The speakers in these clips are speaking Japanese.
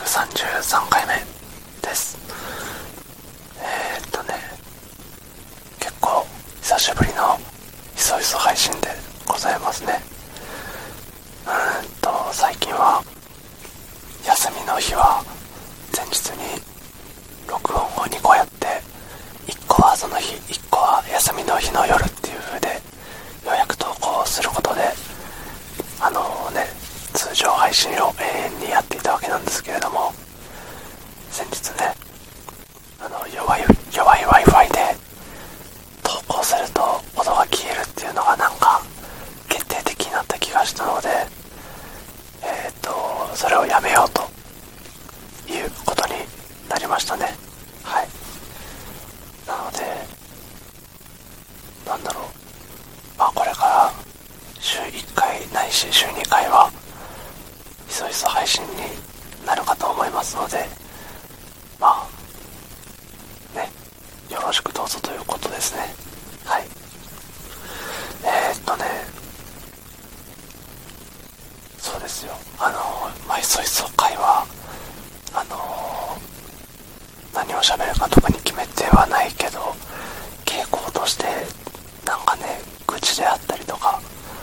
133回目です。結構久しぶりのひそひそ配信でございますね。最近は休みの日は前日に録音を2個やって、1個はその日、1個は休みの日の夜っていう風でようやく投稿することで通常配信を永遠にやっていたわけなんですけれども、先日ね弱い Wi-Fi で投稿すると音が消えるっていうのがなんか決定的になった気がしたので、それをやめようということになりましたね。はい。なのでこれから週1回ないし週2回はひそひそ配信になるかと思いますので、よろしくどうぞということですね。はい。そうですよ。ひそひそ会は何を喋るか特に決めてはないけど、傾向として愚痴であったりとか、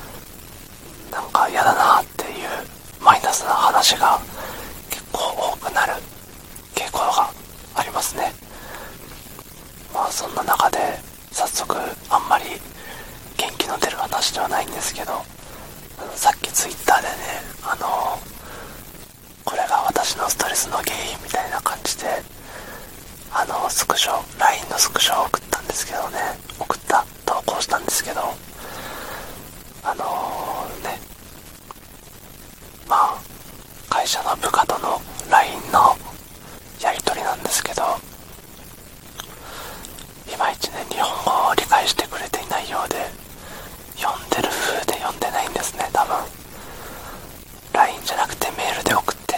嫌だなっていうマイナスな話が結構多くなる傾向がありますね。そんな中で早速あんまり元気の出る話ではないんですけど、さっきツイッターでねこれが私のストレスの原因みたいな感じでスクショ LINE のスクショを投稿したんですけど、会社の部下との LINE のやり取りなんですけど、いまいちね日本語を理解してくれていないようで、読んでる風で読んでないんですね。多分 LINE じゃなくてメールで送って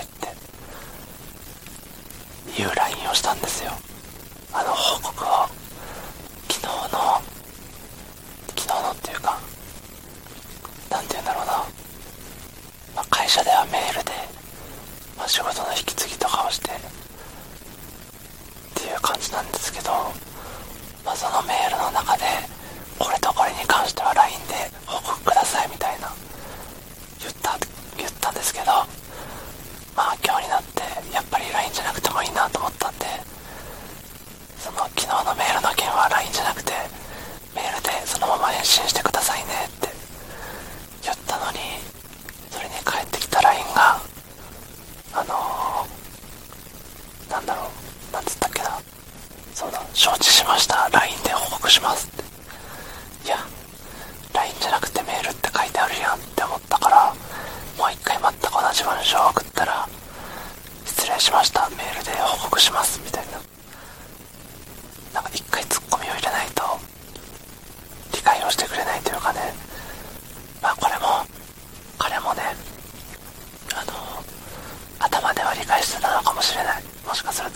っていう LINE をしたんですよ。報告を昨日のっていうか、会社ではメールで、仕事の引き継ぎとかをしてっていう感じなんですけど、そのメールの中でこれとこれに関しては LINE で報告くださいみたいな言ったんですけど、今日になってやっぱり LINE じゃなくてもいいなと思ったんで、その昨日のメールの件は LINE じゃなくてメールでそのまま返信してくださいねって言ったのに、それに返ってきた LINE がなんつったっけな、そうだ、承知しました、 LINE で報告しますって。いや LINE じゃなくてメールって書いてあるやんって思ったから、もう一回全く同じ文章を送ったら、失礼しました、メールで報告しますみたいな、一回ツッコミを入れないと理解をしてくれないというかね。これも彼もね頭では理解してたのかもしれない。もしかすると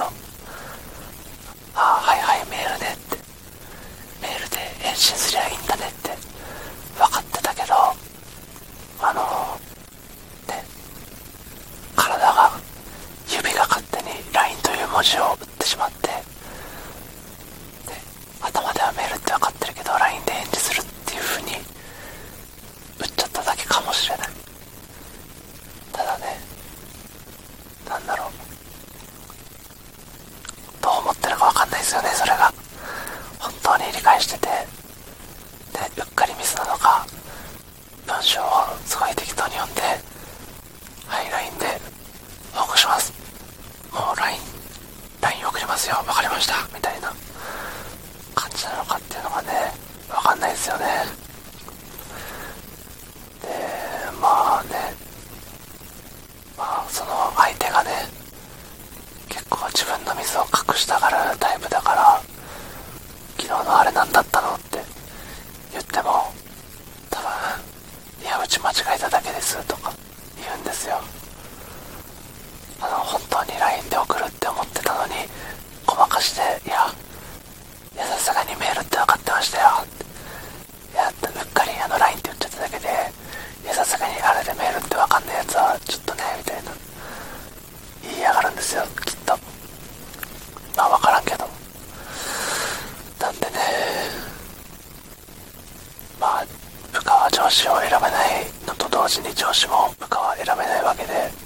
はいはいメールねって、メールで返信すりゃいいんだねって分かってたけど、指が勝手に LINE という文字を打ってしまって、頭ではメールって分かってるけど LINE で返事するっていう風に打っちゃっただけかもしれない。ただね、どう思ってるか分かんないですよね。それが本当に理解してて、うっかりミスなのか、文章をすごい適当に読んで、はい LINE で報告します、もう LINE 送りますよ、分かりましたみたいな感じなのかっていうのがね分かんないですよね。でその相手がね結構自分のミスを隠したがるタイプだから、昨日のあれ何だったのって言っても多分いやうち間違えただけですとか言うんですよ。本当に LINE で送るって思ってたのにごまかして、いやさすがにメールって分かってましたよって、うっかりLINE って言っちゃっただけで、さすがにあれでメールって分かんないやつはちょっとねみたいな言いやがるんですですよ、きっと。まあ分からんけど。なんでね、まあ部下は上司を選べないのと同時に上司も部下は選べないわけでね、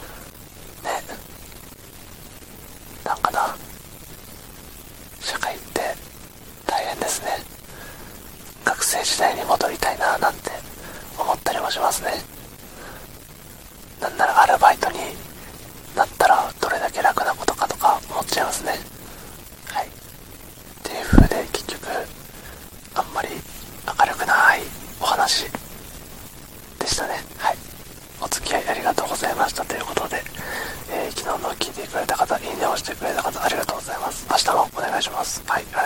なんかな、社会って大変ですね。学生時代に戻りたいななんて思ったりもしますね。なんならアルバイトになったらどれだけ楽なことかとか思っちゃいますね。はい。っていう風で結局あんまり明るくないお話でしたね。はい。お付き合いありがとうございましたということで、昨日の聞いてくれた方、いいねを押してくれた方ありがとうございます。明日もお願いします。はい。